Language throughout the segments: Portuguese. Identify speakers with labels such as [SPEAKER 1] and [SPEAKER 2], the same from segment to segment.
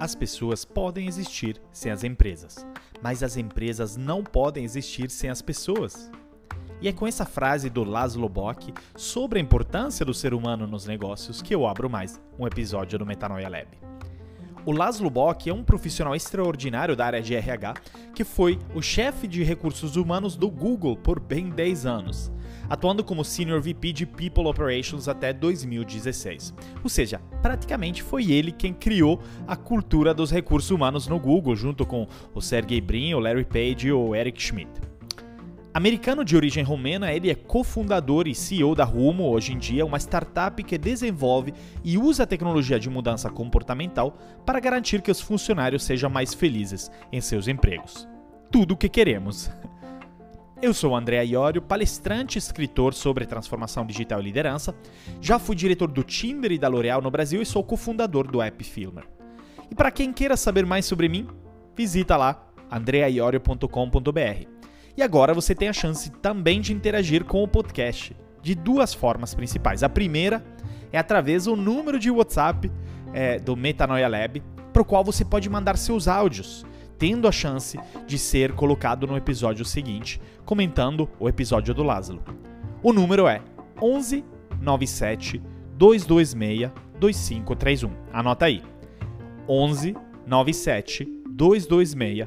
[SPEAKER 1] As pessoas podem existir sem as empresas, mas as empresas não podem existir sem as pessoas. E é com essa frase do Laszlo Bock sobre a importância do ser humano nos negócios que eu abro mais um episódio do Metanoia Lab. O Laszlo Bock é um profissional extraordinário da área de RH que foi o chefe de recursos humanos do Google por bem 10 anos, atuando como Senior VP de People Operations até 2016. Ou seja, praticamente foi ele quem criou a cultura dos recursos humanos no Google, junto com o Sergey Brin, o Larry Page e o Eric Schmidt. Americano de origem romena, ele é cofundador e CEO da Rumo, hoje em dia uma startup que desenvolve e usa a tecnologia de mudança comportamental para garantir que os funcionários sejam mais felizes em seus empregos. Tudo o que queremos. Eu sou o André Iorio, palestrante e escritor sobre transformação digital e liderança. Já fui diretor do Tinder e da L'Oréal no Brasil e sou cofundador do app Filmer. E para quem queira saber mais sobre mim, visita lá andreaiorio.com.br. E agora você tem a chance também de interagir com o podcast de duas formas principais. A primeira é através do número de WhatsApp do Metanoia Lab, para o qual você pode mandar seus áudios, tendo a chance de ser colocado no episódio seguinte, comentando o episódio do Laszlo. O número é 11 97 226 2531. Anota aí. 11 97 226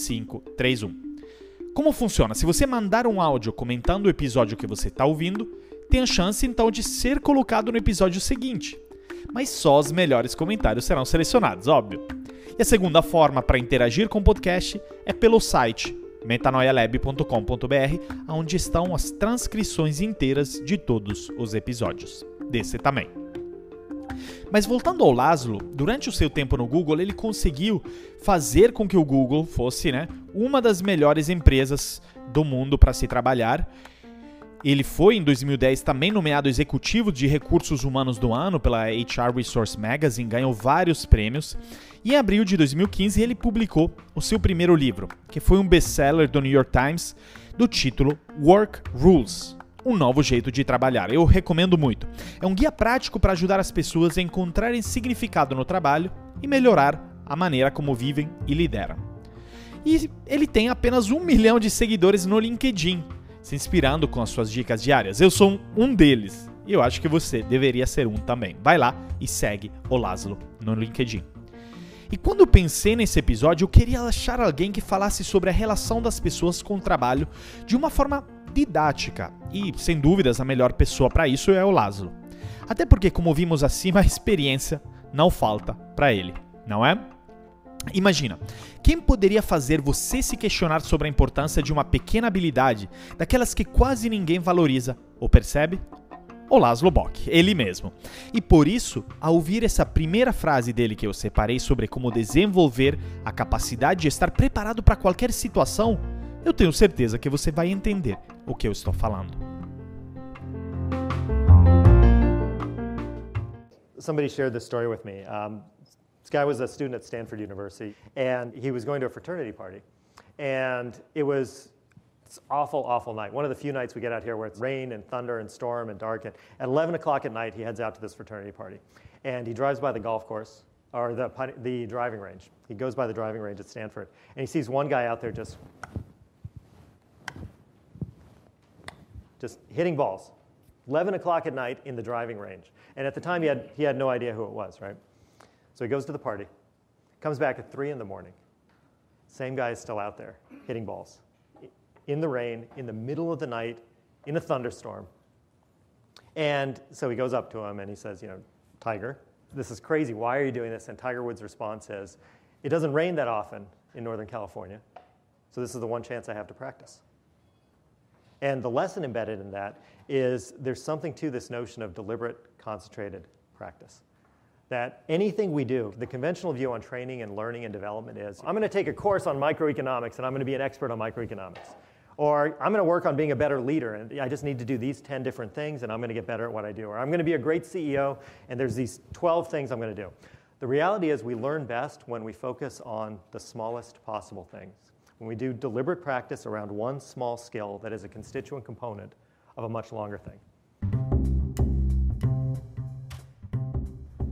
[SPEAKER 1] 2531. Como funciona? Se você mandar um áudio comentando o episódio que você está ouvindo, tem a chance então de ser colocado no episódio seguinte. Mas só os melhores comentários serão selecionados, óbvio. E a segunda forma para interagir com o podcast é pelo site metanoialab.com.br, onde estão as transcrições inteiras de todos os episódios. Desse também. Mas voltando ao Laszlo, durante o seu tempo no Google, ele conseguiu fazer com que o Google fosse, uma das melhores empresas do mundo para se trabalhar. Ele foi, em 2010, também nomeado executivo de recursos humanos do ano pela HR Resource Magazine, ganhou vários prêmios. E em abril de 2015, ele publicou o seu primeiro livro, que foi um best-seller do New York Times, do título Work Rules. Um novo jeito de trabalhar. Eu recomendo muito. É um guia prático para ajudar as pessoas a encontrarem significado no trabalho e melhorar a maneira como vivem e lideram. E ele tem apenas 1 milhão de seguidores no LinkedIn, se inspirando com as suas dicas diárias. Eu sou um deles e eu acho que você deveria ser um também. Vai lá e segue o Laszlo no LinkedIn. E quando eu pensei nesse episódio, eu queria achar alguém que falasse sobre a relação das pessoas com o trabalho de uma forma didática, e sem dúvidas a melhor pessoa para isso é o Laszlo. Até porque, como vimos acima, a experiência não falta para ele, não é? Imagina, quem poderia fazer você se questionar sobre a importância de uma pequena habilidade, daquelas que quase ninguém valoriza ou percebe? O Laszlo Bock, ele mesmo. E por isso, ao ouvir essa primeira frase dele que eu separei sobre como desenvolver a capacidade de estar preparado para qualquer situação, eu tenho certeza que você vai entender o que eu estou falando.
[SPEAKER 2] Somebody shared this story with me. This guy was a student at Stanford University, and he was going to a fraternity party. And it was this awful, awful night. One of the few nights we get out here where it's rain and thunder and storm and dark. And at 11 o'clock at night, he heads out to this fraternity party. And he drives by the golf course, or the driving range. He goes by the driving range at Stanford, and he sees one guy out there just hitting balls. 11 o'clock at night in the driving range. And at the time, he had no idea who it was, right? So he goes to the party, comes back at 3 in the morning. Same guy is still out there hitting balls. In the rain, in the middle of the night, in a thunderstorm. And so he goes up to him and he says, Tiger, this is crazy. Why are you doing this? And Tiger Woods' response is, it doesn't rain that often in Northern California, so this is the one chance I have to practice. And the lesson embedded in that is there's something to this notion of deliberate, concentrated practice. That anything we do, the conventional view on training and learning and development is, I'm going to take a course on microeconomics and I'm going to be an expert on microeconomics. Or I'm going to work on being a better leader and I just need to do these 10 different things and I'm going to get better at what I do. Or I'm going to be a great CEO and there's these 12 things I'm going to do. The reality is we learn best when we focus on the smallest possible things. When we do deliberate practice around one small skill that is a constituent component of a much longer thing.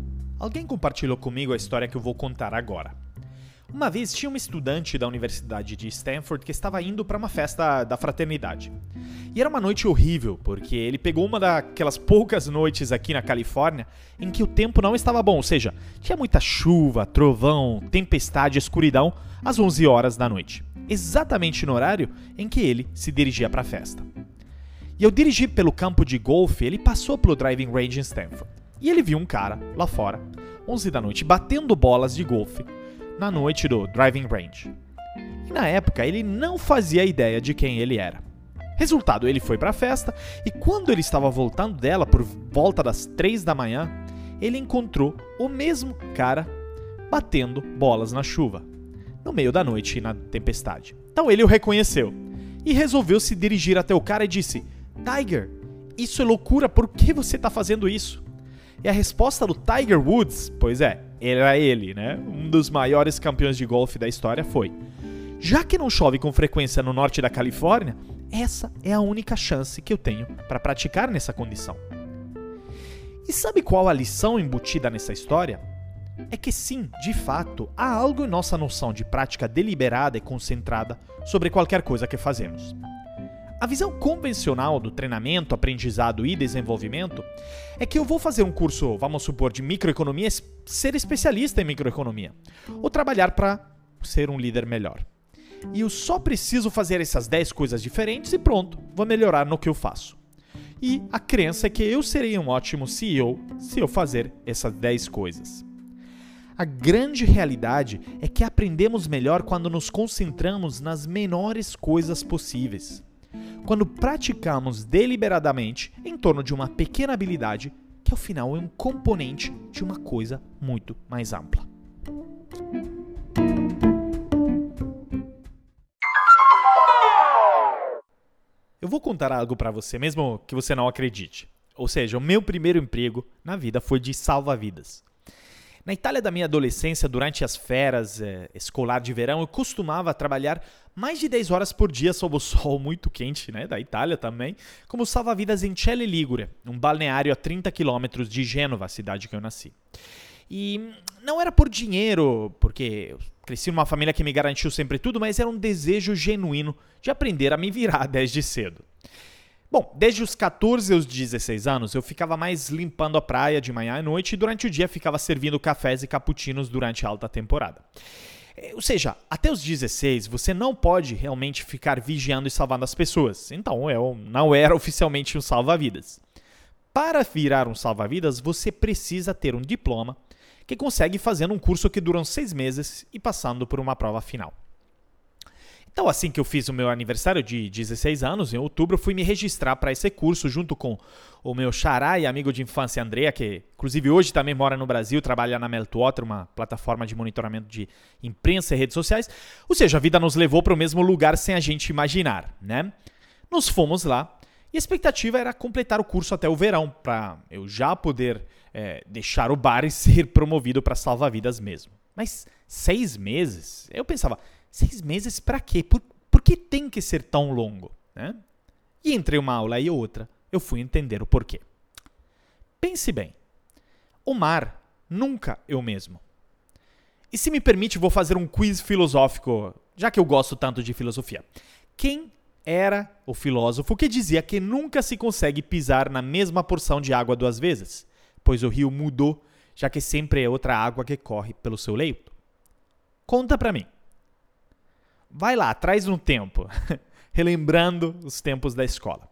[SPEAKER 1] alguém compartilhou comigo a história que eu vou contar agora. Uma vez tinha um estudante da Universidade de Stanford que estava indo para uma festa da fraternidade. E era uma noite horrível, porque ele pegou uma daquelas poucas noites aqui na Califórnia em que o tempo não estava bom, ou seja, tinha muita chuva, trovão, tempestade, escuridão às 11 horas da noite, exatamente no horário em que ele se dirigia para a festa. E ao dirigir pelo campo de golfe, ele passou pelo driving range em Stanford. E ele viu um cara lá fora, 11 da noite, batendo bolas de golfe na noite do driving range. E na época ele não fazia ideia de quem ele era. Resultado, ele foi para a festa e quando ele estava voltando dela por volta das 3 da manhã, ele encontrou o mesmo cara batendo bolas na chuva, no meio da noite e na tempestade. Então ele o reconheceu e resolveu se dirigir até o cara e disse: "Tiger, isso é loucura, por que você está fazendo isso?" E a resposta do Tiger Woods, pois é, era ele, né? Um dos maiores campeões de golfe da história foi: "Já que não chove com frequência no norte da Califórnia, essa é a única chance que eu tenho para praticar nessa condição." E sabe qual a lição embutida nessa história? É que sim, de fato, há algo em nossa noção de prática deliberada e concentrada sobre qualquer coisa que fazemos. A visão convencional do treinamento, aprendizado e desenvolvimento é que eu vou fazer um curso, vamos supor, de microeconomia, ser especialista em microeconomia, ou trabalhar para ser um líder melhor. E eu só preciso fazer essas 10 coisas diferentes e pronto, vou melhorar no que eu faço. E a crença é que eu serei um ótimo CEO se eu fazer essas 10 coisas. A grande realidade é que aprendemos melhor quando nos concentramos nas menores coisas possíveis. Quando praticamos deliberadamente em torno de uma pequena habilidade que ao final é um componente de uma coisa muito mais ampla. Eu vou contar algo para você, mesmo que você não acredite. Ou seja, o meu primeiro emprego na vida foi de salva-vidas. Na Itália da minha adolescência, durante as férias escolar de verão, eu costumava trabalhar mais de 10 horas por dia sob o sol muito quente, né, da Itália também, como salva-vidas em Celle Ligure, um balneário a 30 quilômetros de Gênova, a cidade que eu nasci. E não era por dinheiro, porque eu cresci numa família que me garantiu sempre tudo, mas era um desejo genuíno de aprender a me virar desde cedo. Bom, desde os 14 aos 16 anos, eu ficava mais limpando a praia de manhã e noite e durante o dia ficava servindo cafés e cappuccinos durante a alta temporada. Ou seja, até os 16, você não pode realmente ficar vigiando e salvando as pessoas. Então, eu não era oficialmente um salva-vidas. Para virar um salva-vidas, você precisa ter um diploma que consegue fazendo um curso que dura 6 meses e passando por uma prova final. Então, assim que eu fiz o meu aniversário de 16 anos, em outubro, eu fui me registrar para esse curso junto com o meu xará e amigo de infância, Andrea, que inclusive hoje também mora no Brasil, trabalha na Meltwater, uma plataforma de monitoramento de imprensa e redes sociais. Ou seja, a vida nos levou para o mesmo lugar sem a gente imaginar, né? Nós fomos lá e a expectativa era completar o curso até o verão, para eu já poder deixar o bar e ser promovido para salva-vidas mesmo. Mas 6 meses? Eu pensava, 6 meses para quê? Por que tem que ser tão longo? Né? E entre uma aula e outra, eu fui entender o porquê. Pense bem, o mar nunca é o mesmo. E se me permite, vou fazer um quiz filosófico, já que eu gosto tanto de filosofia. Quem era o filósofo que dizia que nunca se consegue pisar na mesma porção de água 2 vezes? Pois o rio mudou, já que sempre é outra água que corre pelo seu leito. Conta pra mim. Vai lá, atrás no tempo, relembrando os tempos da escola.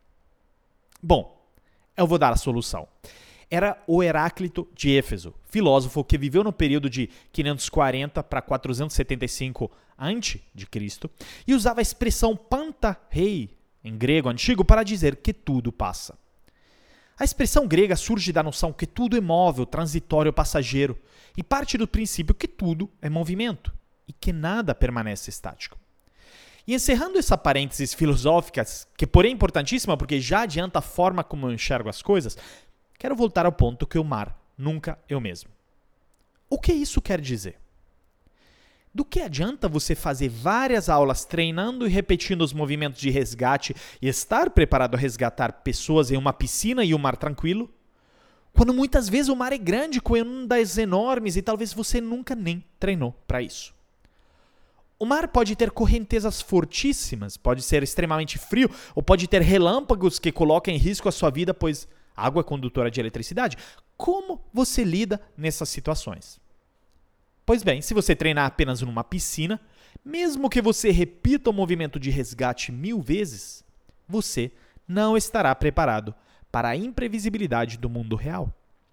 [SPEAKER 1] Bom, eu vou dar a solução. Era o Heráclito de Éfeso, filósofo que viveu no período de 540 para 475 a.C. e usava a expressão pantarrei, em grego antigo, para dizer que tudo passa. A expressão grega surge da noção que tudo é móvel, transitório, passageiro, e parte do princípio que tudo é movimento e que nada permanece estático. E encerrando essa parênteses filosófica, que porém é importantíssima porque já adianta a forma como eu enxergo as coisas, quero voltar ao ponto que o mar nunca é o mesmo. O que isso quer dizer? Do que adianta você fazer várias aulas treinando e repetindo os movimentos de resgate e estar preparado a resgatar pessoas em uma piscina e um mar tranquilo, Quando muitas vezes o mar é grande, com ondas enormes e talvez você nunca nem treinou para isso. O mar pode ter correntezas fortíssimas, pode ser extremamente frio, ou pode ter relâmpagos que colocam em risco a sua vida, pois a água é condutora de eletricidade. Como você lida nessas situações? Pois bem, se você treinar apenas numa piscina, mesmo que você repita o movimento de resgate 1000 vezes, você não estará preparado para a imprevisibilidade do mundo real.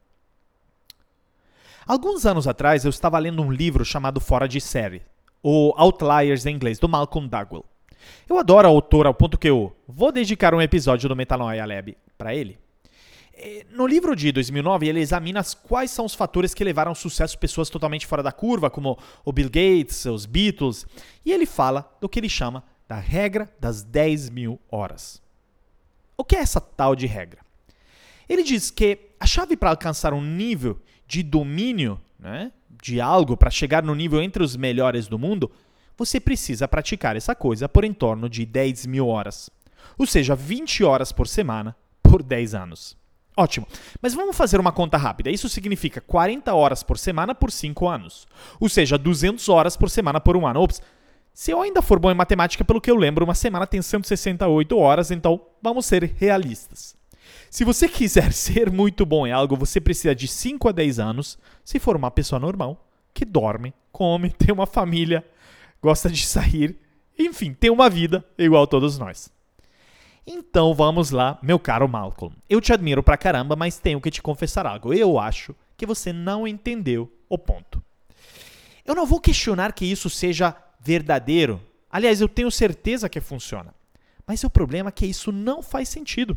[SPEAKER 1] Alguns anos atrás, eu estava lendo um livro chamado Fora de Série, ou Outliers em inglês, do Malcolm Gladwell. Eu adoro a autora ao ponto que eu vou dedicar um episódio do Metanoia Lab para ele. No livro de 2009, ele examina quais são os fatores que levaram ao sucesso pessoas totalmente fora da curva, como o Bill Gates, os Beatles, e ele fala do que ele chama da regra das 10.000 horas. O que é essa tal de regra? Ele diz que a chave para alcançar um nível de domínio, né, de algo, para chegar no nível entre os melhores do mundo, você precisa praticar essa coisa por em torno de 10.000 horas. Ou seja, 20 horas por semana por 10 anos. Ótimo, mas vamos fazer uma conta rápida. Isso significa 40 horas por semana por 5 anos. Ou seja, 200 horas por semana por um ano. Ops, se eu ainda for bom em matemática, pelo que eu lembro, uma semana tem 168 horas, então vamos ser realistas. Se você quiser ser muito bom em algo, você precisa de 5 a 10 anos, se for uma pessoa normal, que dorme, come, tem uma família, gosta de sair, enfim, tem uma vida igual a todos nós. Então vamos lá, meu caro Malcolm. Eu te admiro pra caramba, mas tenho que te confessar algo. Eu acho que você não entendeu o ponto. Eu não vou questionar que isso seja verdadeiro. Aliás, eu tenho certeza que funciona. Mas o problema é que isso não faz sentido.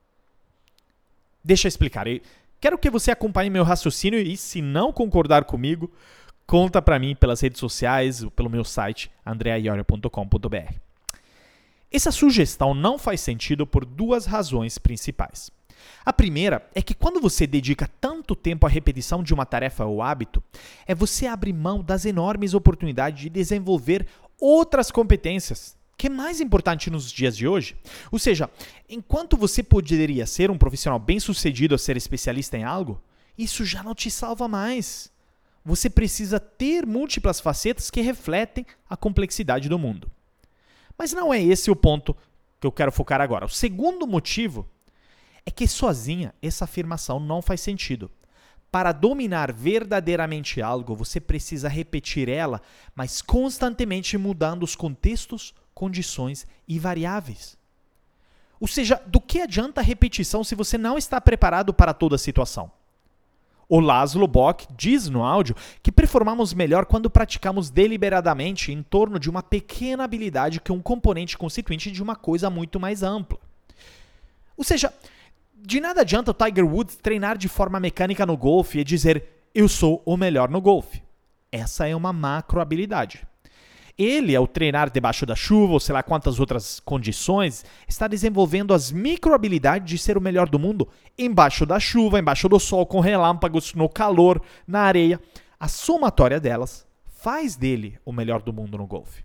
[SPEAKER 1] Deixa eu explicar. Eu quero que você acompanhe meu raciocínio e, se não concordar comigo, conta pra mim pelas redes sociais ou pelo meu site andreaioria.com.br. Essa sugestão não faz sentido por duas razões principais. A primeira é que quando você dedica tanto tempo à repetição de uma tarefa ou hábito, você abre mão das enormes oportunidades de desenvolver outras competências, que é mais importante nos dias de hoje. Ou seja, enquanto você poderia ser um profissional bem-sucedido a ser especialista em algo, isso já não te salva mais. Você precisa ter múltiplas facetas que refletem a complexidade do mundo. Mas não é esse o ponto que eu quero focar agora. O segundo motivo é que sozinha essa afirmação não faz sentido. Para dominar verdadeiramente algo, você precisa repetir ela, mas constantemente mudando os contextos, condições e variáveis. Ou seja, do que adianta a repetição se você não está preparado para toda a situação? O Laszlo Bock diz no áudio que performamos melhor quando praticamos deliberadamente em torno de uma pequena habilidade que é um componente constituinte de uma coisa muito mais ampla. Ou seja, de nada adianta o Tiger Woods treinar de forma mecânica no golfe e dizer eu sou o melhor no golfe. Essa é uma macro habilidade. Ele, ao treinar debaixo da chuva, ou sei lá quantas outras condições, está desenvolvendo as microhabilidades de ser o melhor do mundo embaixo da chuva, embaixo do sol, com relâmpagos, no calor, na areia. A somatória delas faz dele o melhor do mundo no golfe.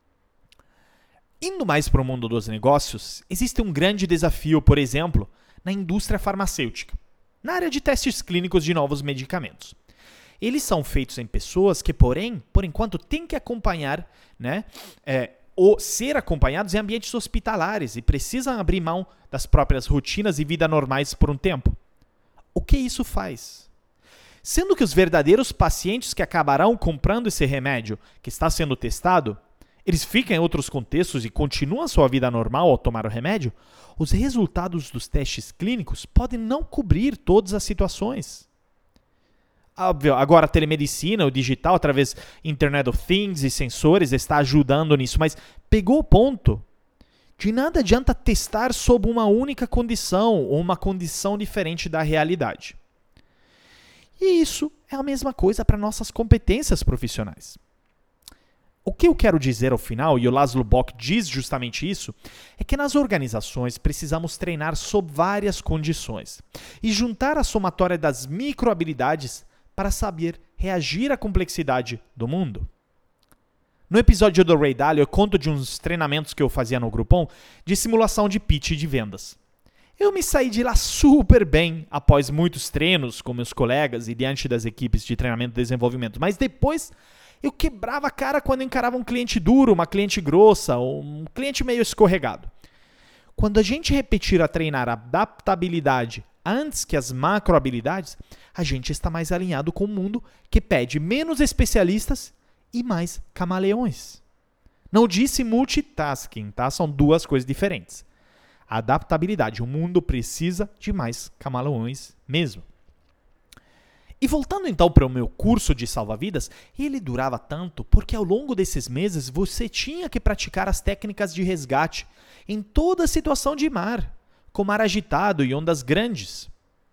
[SPEAKER 1] Indo mais para o mundo dos negócios, existe um grande desafio, por exemplo, na indústria farmacêutica, na área de testes clínicos de novos medicamentos. Eles são feitos em pessoas que, porém, por enquanto, têm que acompanhar, ou ser acompanhados em ambientes hospitalares e precisam abrir mão das próprias rotinas e vida normais por um tempo. O que isso faz? Sendo que os verdadeiros pacientes que acabarão comprando esse remédio que está sendo testado, eles ficam em outros contextos e continuam sua vida normal ao tomar o remédio, os resultados dos testes clínicos podem não cobrir todas as situações. Óbvio, agora a telemedicina, o digital, através Internet of Things e sensores, está ajudando nisso, mas pegou o ponto. De nada adianta testar sob uma única condição ou uma condição diferente da realidade. E isso é a mesma coisa para nossas competências profissionais. O que eu quero dizer ao final, e o Laszlo Bock diz justamente isso, é que nas organizações precisamos treinar sob várias condições e juntar a somatória das microhabilidades para saber reagir à complexidade do mundo. No episódio do Ray Dalio, eu conto de uns treinamentos que eu fazia no Groupon de simulação de pitch de vendas. Eu me saí de lá super bem após muitos treinos com meus colegas e diante das equipes de treinamento e desenvolvimento. Mas depois eu quebrava a cara quando encarava um cliente duro, uma cliente grossa ou um cliente meio escorregado. Quando a gente repetir a treinar a adaptabilidade antes que as macrohabilidades, a gente está mais alinhado com o mundo que pede menos especialistas e mais camaleões. Não disse multitasking, tá? São duas coisas diferentes. A adaptabilidade, o mundo precisa de mais camaleões mesmo. E voltando então para o meu curso de salva-vidas, ele durava tanto porque ao longo desses meses você tinha que praticar as técnicas de resgate em toda situação de mar, com mar agitado e ondas grandes.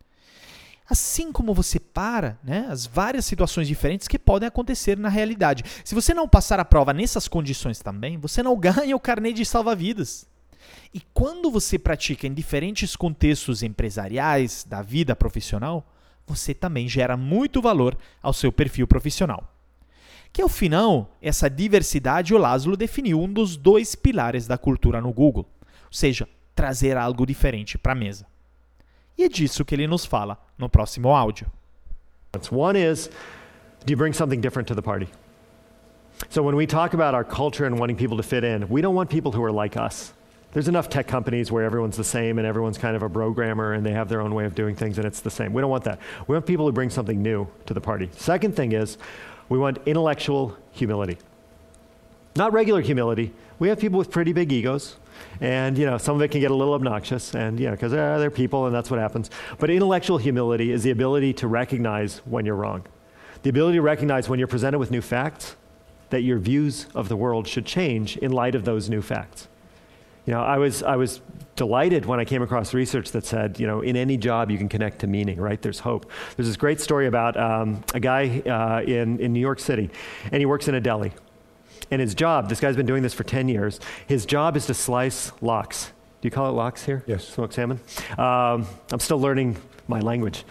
[SPEAKER 1] Assim como você as várias situações diferentes que podem acontecer na realidade. Se você não passar a prova nessas condições também, você não ganha o carnê de salva-vidas. E quando você pratica em diferentes contextos empresariais da vida profissional, você também gera muito valor ao seu perfil profissional. Que ao final, essa diversidade o Laszlo definiu um dos 2 pilares da cultura no Google, ou seja, trazer algo diferente para a mesa. E é disso que ele nos fala no próximo áudio.
[SPEAKER 2] One is, do you bring something different to the party? So when we talk about our culture and wanting people to fit in, we don't want people who are like us. There's enough tech companies where everyone's the same and everyone's kind of a programmer and they have their own way of doing things and it's the same. We don't want that. We want people who bring something new to the party. Second thing is, we want intellectual humility. Not regular humility. We have people with pretty big egos and, some of it can get a little obnoxious and, because they're people and that's what happens. But intellectual humility is the ability to recognize when you're wrong. The ability to recognize when you're presented with new facts that your views of the world should change in light of those new facts. I was delighted when I came across research that said, in any job you can connect to meaning, right? There's hope. There's this great story about a guy in New York City, and he works in a deli. And his job, this guy's been doing this for 10 years, his job is to slice lox. Do you call it lox here?
[SPEAKER 3] Yes.
[SPEAKER 2] Smoked salmon? I'm still learning my language.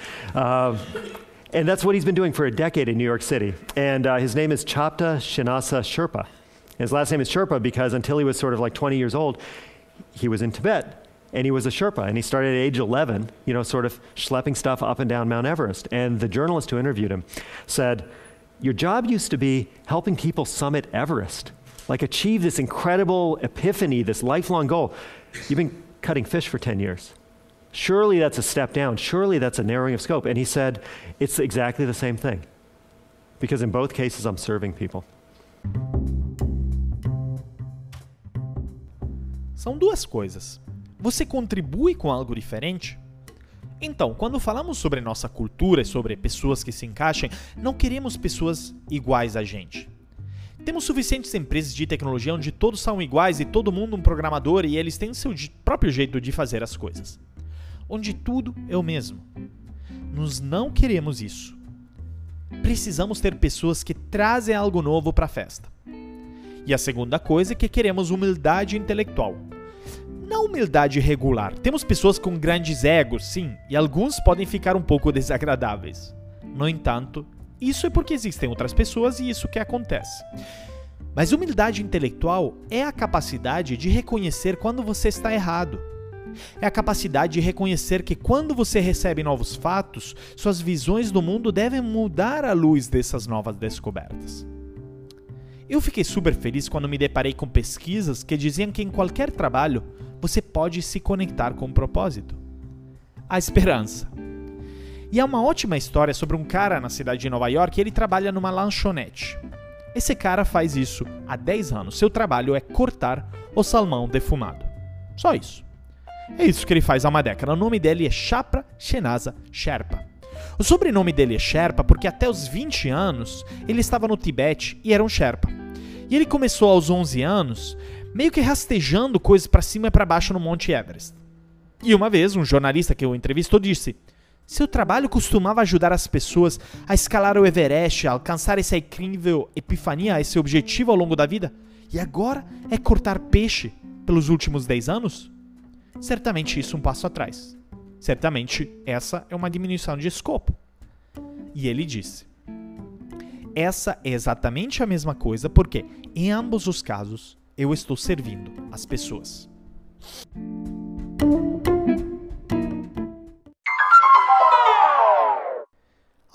[SPEAKER 2] And that's what he's been doing for a decade in New York City. And his name is Chapta Shinasa Sherpa. His last name is Sherpa because until he was sort of like 20 years old, he was in Tibet, and he was a Sherpa, and he started at age 11, sort of schlepping stuff up and down Mount Everest. And the journalist who interviewed him said, your job used to be helping people summit Everest, like achieve this incredible epiphany, this lifelong goal. You've been cutting fish for 10 years. Surely that's a step down. Surely that's a narrowing of scope. And he said, it's exactly the same thing, because in both cases I'm serving people.
[SPEAKER 1] São duas coisas. Você contribui com algo diferente? Então, quando falamos sobre nossa cultura e sobre pessoas que se encaixem, não queremos pessoas iguais a gente. Temos suficientes empresas de tecnologia onde todos são iguais e todo mundo um programador e eles têm seu próprio jeito de fazer as coisas. Onde tudo é o mesmo. Nós não queremos isso. Precisamos ter pessoas que trazem algo novo para a festa. E a segunda coisa é que queremos humildade intelectual. Não humildade regular. Temos pessoas com grandes egos, sim, e alguns podem ficar um pouco desagradáveis. No entanto, isso é porque existem outras pessoas e isso que acontece. Mas humildade intelectual é a capacidade de reconhecer quando você está errado. É a capacidade de reconhecer que quando você recebe novos fatos, suas visões do mundo devem mudar à luz dessas novas descobertas. Eu fiquei super feliz quando me deparei com pesquisas que diziam que em qualquer trabalho você pode se conectar com um propósito. A esperança. E há uma ótima história sobre um cara na cidade de Nova York e ele trabalha numa lanchonete. Esse cara faz isso há 10 anos. Seu trabalho é cortar o salmão defumado. Só isso. É isso que ele faz há uma década. O nome dele é Chapta Shinasa Sherpa. O sobrenome dele é Sherpa porque até os 20 anos ele estava no Tibete e era um Sherpa. E ele começou aos 11 anos meio que rastejando coisas para cima e para baixo no Monte Everest. E uma vez um jornalista que o entrevistou disse: seu trabalho costumava ajudar as pessoas a escalar o Everest, a alcançar essa incrível epifania, esse objetivo ao longo da vida? E agora é cortar peixe pelos últimos 10 anos? Certamente isso é um passo atrás. Certamente essa é uma diminuição de escopo. E ele disse: essa é exatamente a mesma coisa porque, em ambos os casos, eu estou servindo as pessoas.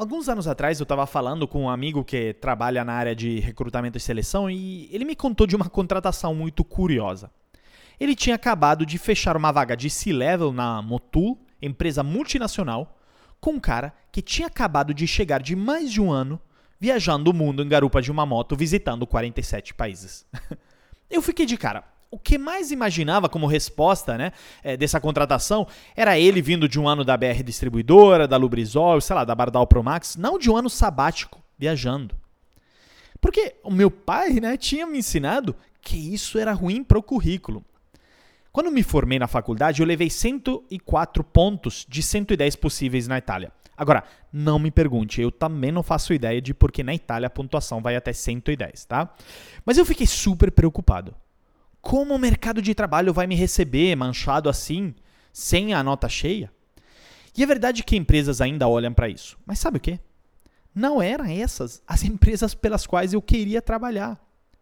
[SPEAKER 1] Alguns anos atrás eu estava falando com um amigo que trabalha na área de recrutamento e seleção e ele me contou de uma contratação muito curiosa. Ele tinha acabado de fechar uma vaga de C-Level na Motul, empresa multinacional, com um cara que tinha acabado de chegar de mais de um ano viajando o mundo em garupa de uma moto, visitando 47 países. Eu fiquei de cara. O que mais imaginava como resposta, dessa contratação era ele vindo de um ano da BR Distribuidora, da Lubrizol, sei lá, da Bardal Promax, não de um ano sabático, viajando. Porque o meu pai, tinha me ensinado que isso era ruim para o currículo. Quando me formei na faculdade, eu levei 104 pontos de 110 possíveis na Itália. Agora, não me pergunte, eu também não faço ideia de por que na Itália a pontuação vai até 110, tá? Mas eu fiquei super preocupado. Como o mercado de trabalho vai me receber manchado assim, sem a nota cheia? E é verdade que empresas ainda olham para isso. Mas sabe o quê? Não eram essas as empresas pelas quais eu queria trabalhar.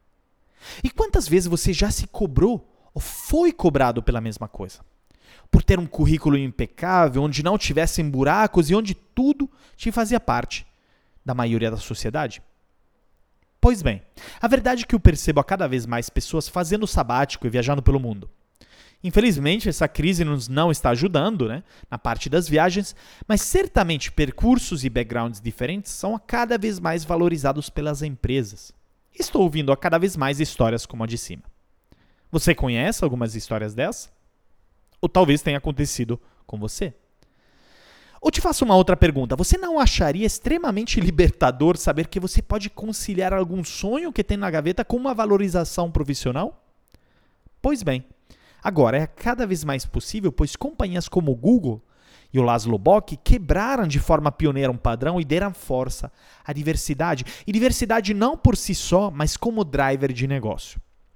[SPEAKER 1] E quantas vezes você já se cobrou ou foi cobrado pela mesma coisa? Por ter um currículo impecável, onde não tivessem buracos e onde tudo te fazia parte da maioria da sociedade? Pois bem, a verdade é que eu percebo a cada vez mais pessoas fazendo sabático e viajando pelo mundo. Infelizmente, essa crise nos não está ajudando, na parte das viagens, mas certamente percursos e backgrounds diferentes são a cada vez mais valorizados pelas empresas. Estou ouvindo a cada vez mais histórias como a de cima. Você conhece algumas histórias dessas? Ou talvez tenha acontecido com você? Ou te faço uma outra pergunta. Você não acharia extremamente libertador saber que você pode conciliar algum sonho que tem na gaveta com uma valorização profissional? Pois bem, agora é cada vez mais possível, pois companhias como o Google e o Laszlo Bock quebraram de forma pioneira um padrão e deram força à diversidade. E diversidade não por si só, mas como driver de negócio.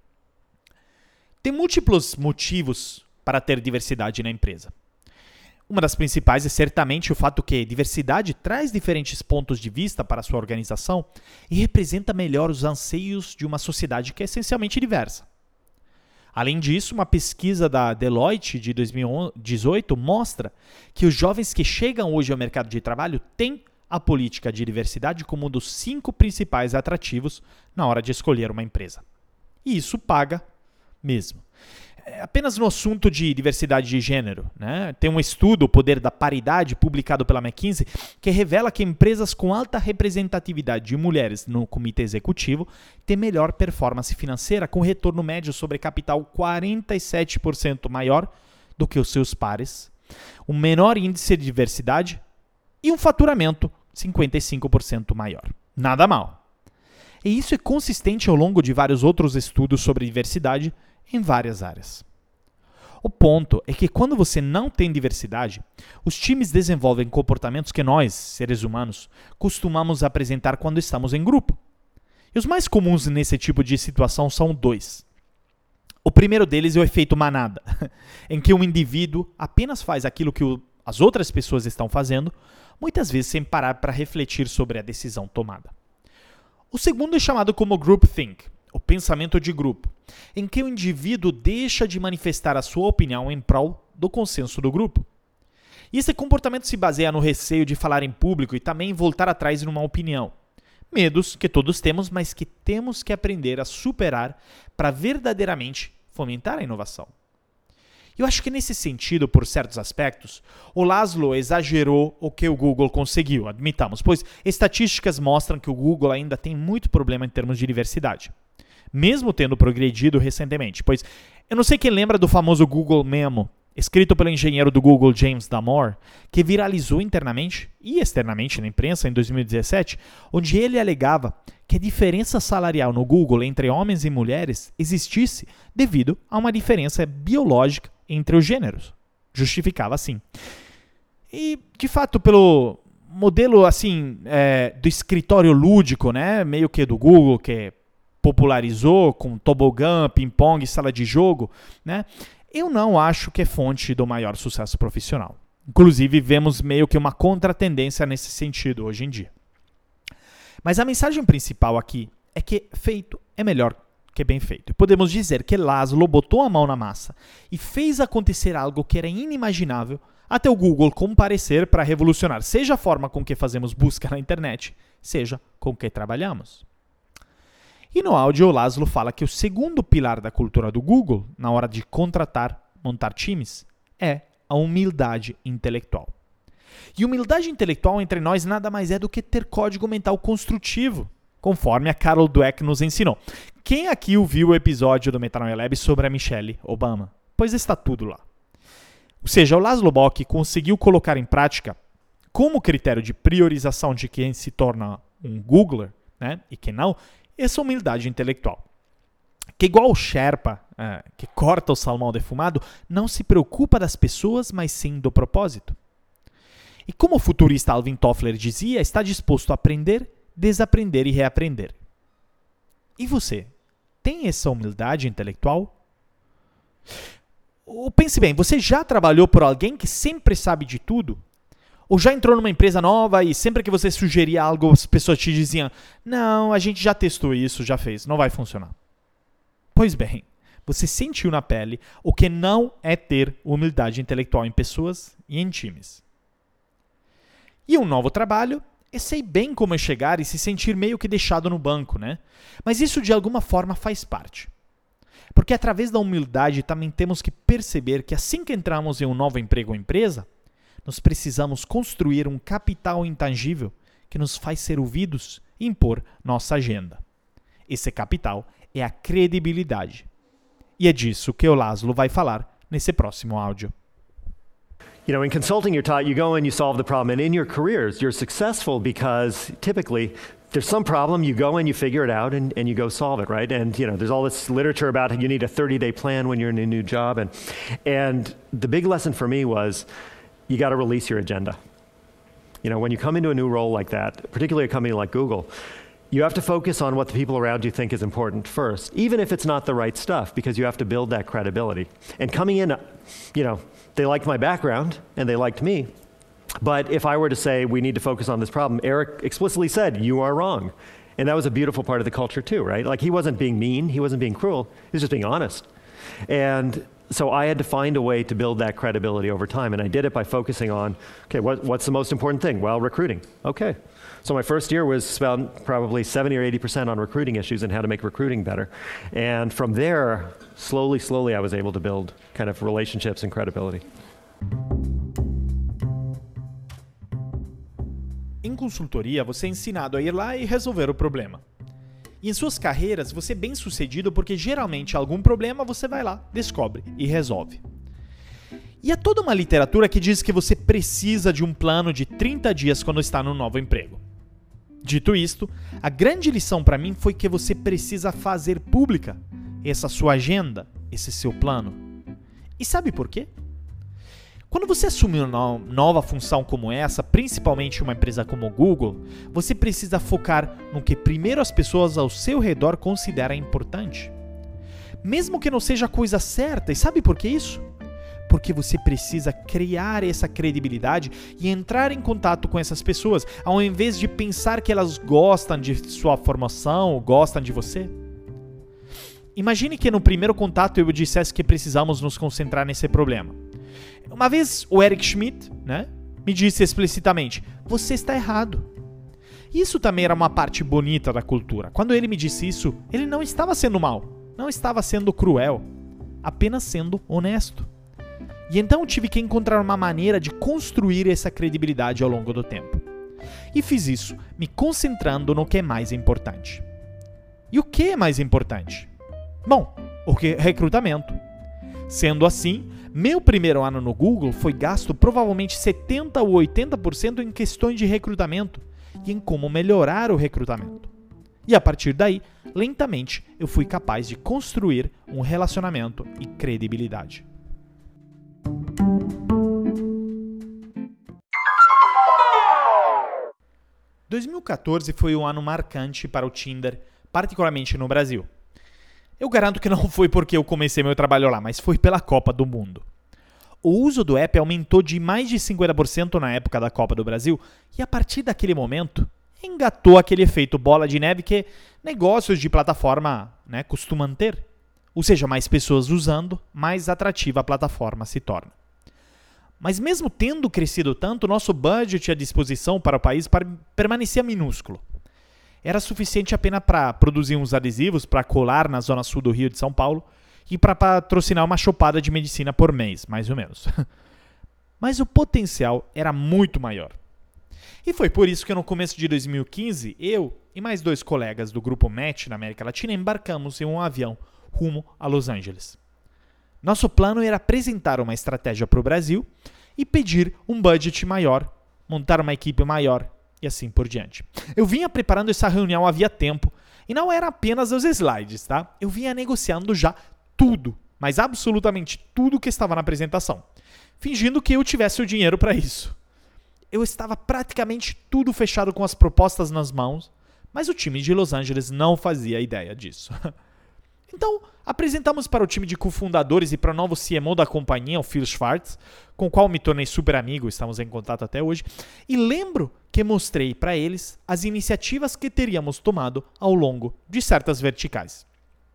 [SPEAKER 1] Tem múltiplos motivos para ter diversidade na empresa. Uma das principais é certamente o fato que diversidade traz diferentes pontos de vista para a sua organização e representa melhor os anseios de uma sociedade que é essencialmente diversa. Além disso, uma pesquisa da Deloitte de 2018 mostra que os jovens que chegam hoje ao mercado de trabalho têm a política de diversidade como um dos 5 principais atrativos na hora de escolher uma empresa. E isso paga mesmo. Apenas no assunto de diversidade de gênero, tem um estudo, O Poder da Paridade, publicado pela McKinsey, que revela que empresas com alta representatividade de mulheres no comitê executivo têm melhor performance financeira, com retorno médio sobre capital 47% maior do que os seus pares, um menor índice de diversidade e um faturamento 55% maior. Nada mal. E isso é consistente ao longo de vários outros estudos sobre diversidade em várias áreas. O ponto é que quando você não tem diversidade, os times desenvolvem comportamentos que nós, seres humanos, costumamos apresentar quando estamos em grupo. E os mais comuns nesse tipo de situação são 2. O primeiro deles é o efeito manada, em que um indivíduo apenas faz aquilo que as outras pessoas estão fazendo, muitas vezes sem parar para refletir sobre a decisão tomada. O segundo é chamado como groupthink, o pensamento de grupo, em que o indivíduo deixa de manifestar a sua opinião em prol do consenso do grupo. E esse comportamento se baseia no receio de falar em público e também voltar atrás numa opinião. Medos que todos temos, mas que temos que aprender a superar para verdadeiramente fomentar a inovação. Eu acho que nesse sentido, por certos aspectos, o Laszlo exagerou o que o Google conseguiu, admitamos, pois estatísticas mostram que o Google ainda tem muito problema em termos de diversidade, mesmo tendo progredido recentemente, pois eu não sei quem lembra do famoso Google Memo, escrito pelo engenheiro do Google James Damore, que viralizou internamente e externamente na imprensa em 2017, onde ele alegava que a diferença salarial no Google entre homens e mulheres existisse devido a uma diferença biológica entre os gêneros. Justificava assim. E, de fato, pelo modelo assim do escritório lúdico, meio que do Google, que popularizou com tobogã, ping-pong, sala de jogo, eu não acho que é fonte do maior sucesso profissional. Inclusive, vemos meio que uma contratendência nesse sentido hoje em dia. Mas a mensagem principal aqui é que feito é melhor que bem feito. E podemos dizer que Laszlo botou a mão na massa e fez acontecer algo que era inimaginável até o Google comparecer para revolucionar seja a forma com que fazemos busca na internet, seja com que trabalhamos. E no áudio, o Laszlo fala que o segundo pilar da cultura do Google, na hora de montar times, é a humildade intelectual. E humildade intelectual entre nós nada mais é do que ter código mental construtivo, conforme a Carol Dweck nos ensinou. Quem aqui ouviu o episódio do Metanoia Lab sobre a Michelle Obama? Pois está tudo lá. Ou seja, o Laszlo Bock conseguiu colocar em prática, como critério de priorização de quem se torna um Googler, né, e quem não, essa humildade intelectual. Que igual o Sherpa, que corta o salmão defumado, não se preocupa das pessoas, mas sim do propósito. E como o futurista Alvin Toffler dizia, está disposto a aprender, desaprender e reaprender. E você? Tem essa humildade intelectual? Ou pense bem, você já trabalhou por alguém que sempre sabe de tudo? Ou já entrou numa empresa nova e sempre que você sugeria algo, as pessoas te diziam: não, a gente já testou isso, já fez, não vai funcionar. Pois bem, você sentiu na pele o que não é ter humildade intelectual em pessoas e em times. E um novo trabalho, eu sei bem como é chegar e se sentir meio que deixado no banco, né? Mas isso de alguma forma faz parte. Porque através da humildade também temos que perceber que assim que entramos em um novo emprego ou empresa, nós precisamos construir um capital intangível que nos faz ser ouvidos e impor nossa agenda. Esse capital é a credibilidade. E é disso que o Laszlo vai falar nesse próximo áudio.
[SPEAKER 2] You know, in consulting, you're taught you go and you solve the problem. And in your careers, you're successful because typically there's some problem, you go and you figure it out and you go solve it, right? And, you know, there's all this literature about how you need a 30-day plan when you're in a new job. And the big lesson for me was you got to release your agenda. You know, when you come into a new role like that, particularly a company like Google, you have to focus on what the people around you think is important first, even if it's not the right stuff, because you have to build that credibility. And coming in, you know, they liked my background and they liked me. But if I were to say we need to focus on this problem, Eric explicitly said, you are wrong. And that was a beautiful part of the culture too, right? Like he wasn't being mean, he wasn't being cruel, he was just being honest. And so I had to find a way to build that credibility over time. And I did it by focusing on, okay, what's the most important thing? Well, recruiting. Okay. So my first year was spent probably 70 or 80% on recruiting issues and how to make recruiting better. And from there, slowly, I was able to build kind of relationships and credibility.
[SPEAKER 1] Em consultoria, você é ensinado a ir lá e resolver o problema. E em suas carreiras, você é bem sucedido porque geralmente algum problema você vai lá, descobre e resolve. E há toda uma literatura que diz que você precisa de um plano de 30 dias quando está no novo emprego. Dito isto, a grande lição para mim foi que você precisa fazer pública essa sua agenda, esse seu plano. E sabe por quê? Quando você assume uma nova função como essa, principalmente uma empresa como o Google, você precisa focar no que primeiro as pessoas ao seu redor consideram importante. Mesmo que não seja a coisa certa, e sabe por que isso? Porque você precisa criar essa credibilidade e entrar em contato com essas pessoas, ao invés de pensar que elas gostam de sua formação ou gostam de você. Imagine que no primeiro contato eu dissesse que precisamos nos concentrar nesse problema. Uma vez o Eric Schmidt, me disse explicitamente, você está errado. Isso também era uma parte bonita da cultura. Quando ele me disse isso, ele não estava sendo mau, não estava sendo cruel, apenas sendo honesto. E então eu tive que encontrar uma maneira de construir essa credibilidade ao longo do tempo. E fiz isso me concentrando no que é mais importante. E o que é mais importante? Bom, o recrutamento. Sendo assim, meu primeiro ano no Google foi gasto provavelmente 70% ou 80% em questões de recrutamento e em como melhorar o recrutamento. E a partir daí, lentamente, eu fui capaz de construir um relacionamento e credibilidade. « 2014 foi um ano marcante para o Tinder, particularmente no Brasil. Eu garanto que não foi porque eu comecei meu trabalho lá, mas foi pela Copa do Mundo. O uso do app aumentou de mais de 50% na época da Copa do Brasil e a partir daquele momento engatou aquele efeito bola de neve que negócios de plataforma né, costumam ter. Ou seja, mais pessoas usando, mais atrativa a plataforma se torna. Mas mesmo tendo crescido tanto, nosso budget à disposição para o país permanecia minúsculo. Era suficiente apenas para produzir uns adesivos para colar na zona sul do Rio de São Paulo e para patrocinar uma chopada de medicina por mês, mais ou menos. Mas o potencial era muito maior. E foi por isso que no começo de 2015, eu e mais 2 colegas do grupo Match na América Latina embarcamos em um avião rumo a Los Angeles. Nosso plano era apresentar uma estratégia para o Brasil e pedir um budget maior, montar uma equipe maior e assim por diante. Eu vinha preparando essa reunião havia tempo e não era apenas os slides, tá? Eu vinha negociando já tudo, mas absolutamente tudo que estava na apresentação, fingindo que eu tivesse o dinheiro para isso. Eu estava praticamente tudo fechado com as propostas nas mãos, mas o time de Los Angeles não fazia ideia disso. Então, apresentamos para o time de cofundadores e para o novo CMO da companhia, o Phil Schwartz, com o qual me tornei super amigo, estamos em contato até hoje, e lembro que mostrei para eles as iniciativas que teríamos tomado ao longo de certas verticais.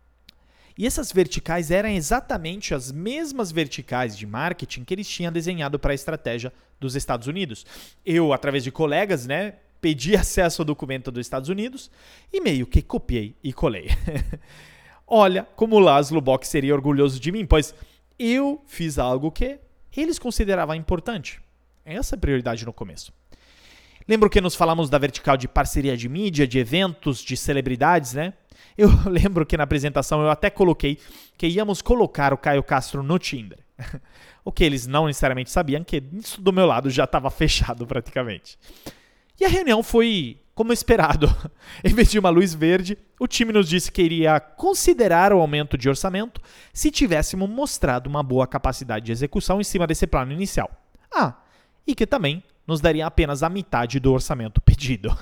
[SPEAKER 1] E essas verticais eram exatamente as mesmas verticais de marketing que eles tinham desenhado para a estratégia dos Estados Unidos. Eu, através de colegas, pedi acesso ao documento dos Estados Unidos e meio que copiei e colei. Olha como o Laszlo Bock seria orgulhoso de mim, pois eu fiz algo que eles consideravam importante. Essa é a prioridade no começo. Lembro que nos falamos da vertical de parceria de mídia, de eventos, de celebridades, Eu lembro que na apresentação eu até coloquei que íamos colocar o Caio Castro no Tinder. O que eles não necessariamente sabiam, que isso do meu lado já estava fechado praticamente. E a reunião foi como esperado. Em vez de uma luz verde, o time nos disse que iria considerar o aumento de orçamento se tivéssemos mostrado uma boa capacidade de execução em cima desse plano inicial. E que também nos daria apenas a metade do orçamento pedido.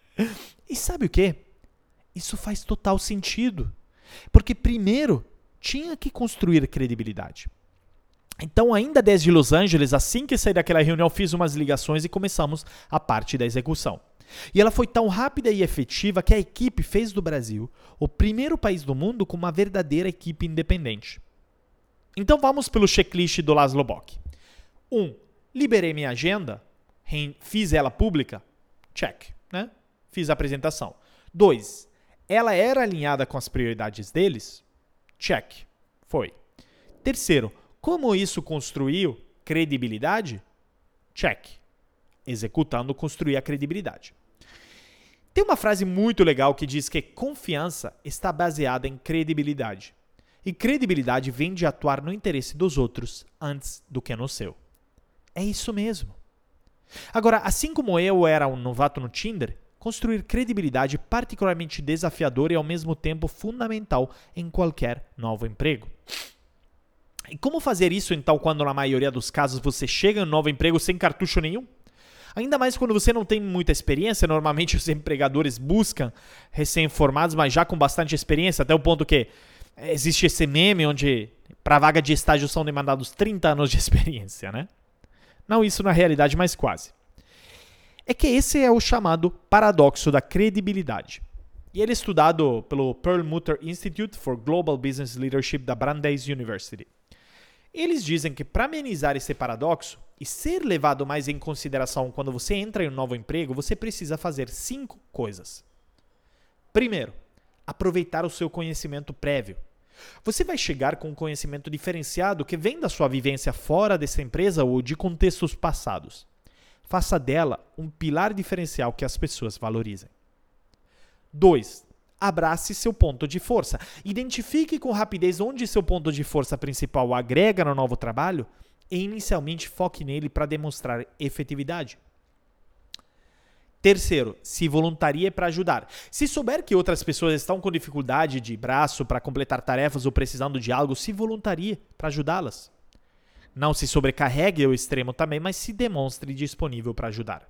[SPEAKER 1] E sabe o quê? Isso faz total sentido. Porque primeiro tinha que construir credibilidade. Então, ainda desde Los Angeles, assim que saí daquela reunião, fiz umas ligações e começamos a parte da execução. E ela foi tão rápida e efetiva que a equipe fez do Brasil o primeiro país do mundo com uma verdadeira equipe independente. Então vamos pelo checklist do Laszlo Bock. 1. Liberei minha agenda, fiz ela pública, check, Fiz a apresentação. 2. Ela era alinhada com as prioridades deles, check, foi. 3. Como isso construiu credibilidade, check. Executando, construir a credibilidade. Tem uma frase muito legal que diz que confiança está baseada em credibilidade. E credibilidade vem de atuar no interesse dos outros antes do que no seu. É isso mesmo. Agora, assim como eu era um novato no Tinder, construir credibilidade é particularmente desafiador e ao mesmo tempo fundamental em qualquer novo emprego. E como fazer isso então quando na maioria dos casos você chega em um novo emprego sem cartucho nenhum? Ainda mais quando você não tem muita experiência, normalmente os empregadores buscam recém-formados, mas já com bastante experiência, até o ponto que existe esse meme onde para a vaga de estágio são demandados 30 anos de experiência, Não isso na realidade, mas quase. É que esse é o chamado paradoxo da credibilidade. E ele é estudado pelo Perlmutter Institute for Global Business Leadership da Brandeis University. Eles dizem que para amenizar esse paradoxo e ser levado mais em consideração quando você entra em um novo emprego, você precisa fazer 5 coisas. Primeiro, aproveitar o seu conhecimento prévio. Você vai chegar com um conhecimento diferenciado que vem da sua vivência fora dessa empresa ou de contextos passados. Faça dela um pilar diferencial que as pessoas valorizem. 2. Abrace seu ponto de força. Identifique com rapidez onde seu ponto de força principal agrega no novo trabalho e inicialmente foque nele para demonstrar efetividade. Terceiro, se voluntarie para ajudar. Se souber que outras pessoas estão com dificuldade de braço para completar tarefas ou precisando de algo, se voluntarie para ajudá-las. Não se sobrecarregue ao extremo também, mas se demonstre disponível para ajudar.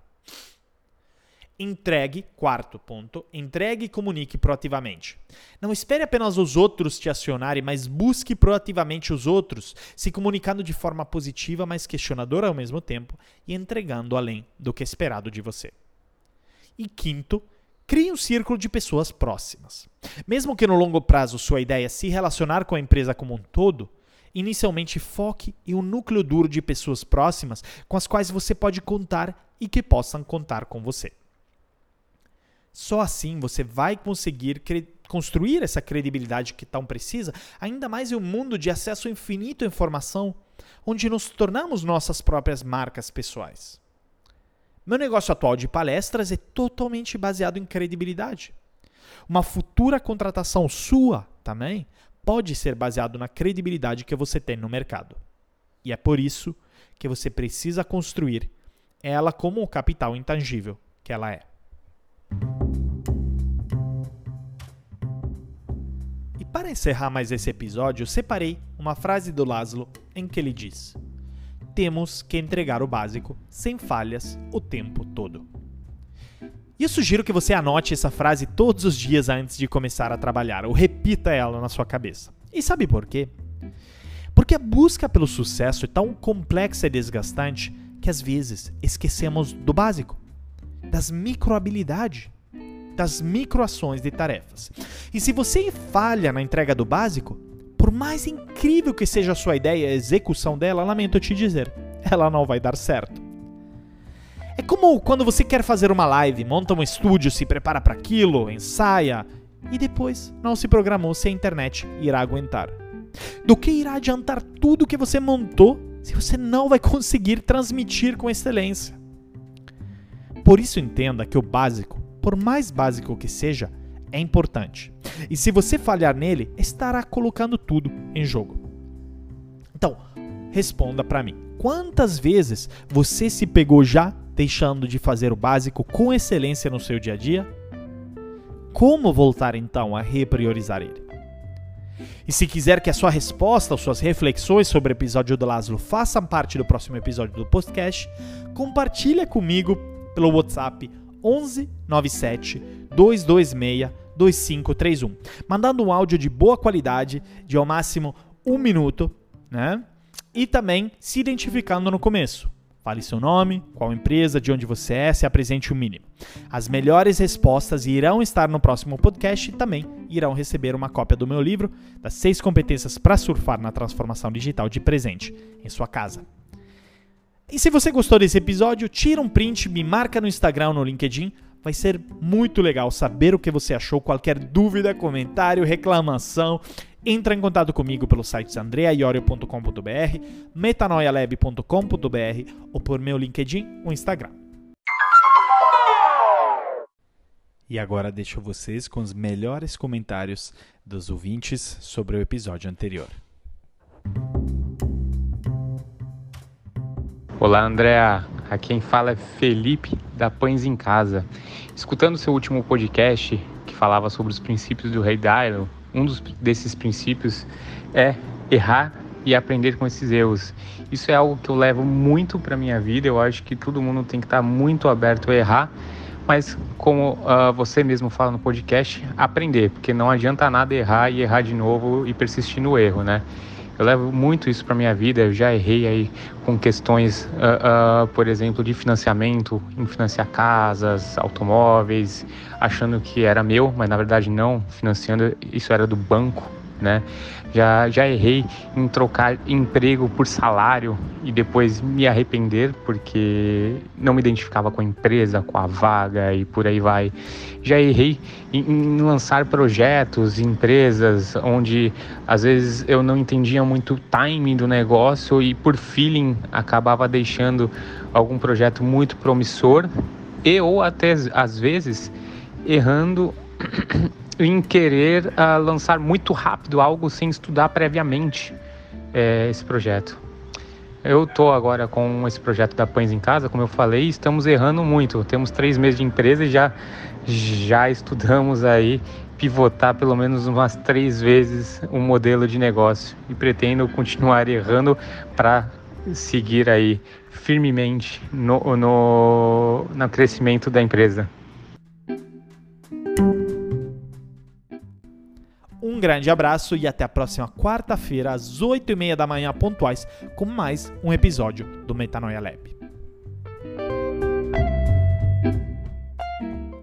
[SPEAKER 1] Quarto ponto, entregue e comunique proativamente. Não espere apenas os outros te acionarem, mas busque proativamente os outros, se comunicando de forma positiva, mas questionadora ao mesmo tempo e entregando além do que é esperado de você. E quinto, Crie um círculo de pessoas próximas. Mesmo que no longo prazo sua ideia se relacionar com a empresa como um todo, inicialmente foque em um núcleo duro de pessoas próximas com as quais você pode contar e que possam contar com você. Só assim você vai conseguir construir essa credibilidade que tão precisa, ainda mais em um mundo de acesso infinito à informação, onde nos tornamos nossas próprias marcas pessoais. Meu negócio atual de palestras é totalmente baseado em credibilidade. Uma futura contratação sua também pode ser baseado na credibilidade que você tem no mercado. E é por isso que você precisa construir ela como o capital intangível que ela é. E para encerrar mais esse episódio, eu separei uma frase do Laszlo em que ele diz: temos que entregar o básico sem falhas o tempo todo. E eu sugiro que você anote essa frase todos os dias antes de começar a trabalhar, ou repita ela na sua cabeça. E sabe por quê? Porque a busca pelo sucesso é tão complexa e desgastante que às vezes esquecemos do básico, das microhabilidades, das microações de tarefas. E se você falha na entrega do básico, por mais incrível que seja a sua ideia e a execução dela, lamento te dizer, ela não vai dar certo. É como quando você quer fazer uma live, monta um estúdio, se prepara para aquilo, ensaia, e depois não se programou se a internet irá aguentar. Do que irá adiantar tudo que você montou se você não vai conseguir transmitir com excelência? Por isso entenda que o básico, por mais básico que seja, é importante. E se você falhar nele, estará colocando tudo em jogo. Então, responda para mim. Quantas vezes você se pegou já deixando de fazer o básico com excelência no seu dia a dia? Como voltar então a repriorizar ele? E se quiser que a sua resposta ou suas reflexões sobre o episódio do Laszlo façam parte do próximo episódio do podcast, compartilha comigo pelo WhatsApp 11 97 226 2531, mandando um áudio de boa qualidade, de ao máximo 1 minuto, né? E também se identificando no começo. Fale seu nome, qual empresa, de onde você é, se apresente o mínimo. As melhores respostas irão estar no próximo podcast e também irão receber uma cópia do meu livro, das 6 competências para surfar na transformação digital de presente em sua casa. E se você gostou desse episódio, tira um print, me marca no Instagram ou no LinkedIn. Vai ser muito legal saber o que você achou. Qualquer dúvida, comentário, reclamação, entra em contato comigo pelo site andreaiorio.com.br, metanoialab.com.br ou por meu LinkedIn ou Instagram. E agora deixo vocês com os melhores comentários dos ouvintes sobre o episódio anterior.
[SPEAKER 3] Olá, Andrea. Aqui quem fala é Felipe, da Pães em Casa. Escutando seu último podcast, que falava sobre os princípios do Ray Dalio, um desses princípios é errar e aprender com esses erros. Isso é algo que eu levo muito para a minha vida. Eu acho que todo mundo tem que estar muito aberto a errar, mas como você mesmo fala no podcast, aprender, porque não adianta nada errar e errar de novo e persistir no erro, né? Eu levo muito isso para minha vida. Eu já errei aí com questões, por exemplo, de financiamento, em financiar casas, automóveis, achando que era meu, mas na verdade não, financiando, isso era do banco, né? Já errei em trocar emprego por salário e depois me arrepender porque não me identificava com a empresa, com a vaga e por aí vai. Já errei em lançar projetos, empresas onde às vezes eu não entendia muito o timing do negócio e por feeling acabava deixando algum projeto muito promissor e ou até às vezes errando em querer lançar muito rápido algo sem estudar previamente esse projeto. Eu estou agora com esse projeto da Pães em Casa, como eu falei, estamos errando muito. Temos 3 meses de empresa e já estudamos aí pivotar pelo menos umas 3 vezes o modelo de negócio e pretendo continuar errando para seguir aí firmemente no crescimento da empresa.
[SPEAKER 1] Um grande abraço e até a próxima quarta-feira, às 8h30 da manhã, pontuais, com mais um episódio do Metanoia Lab.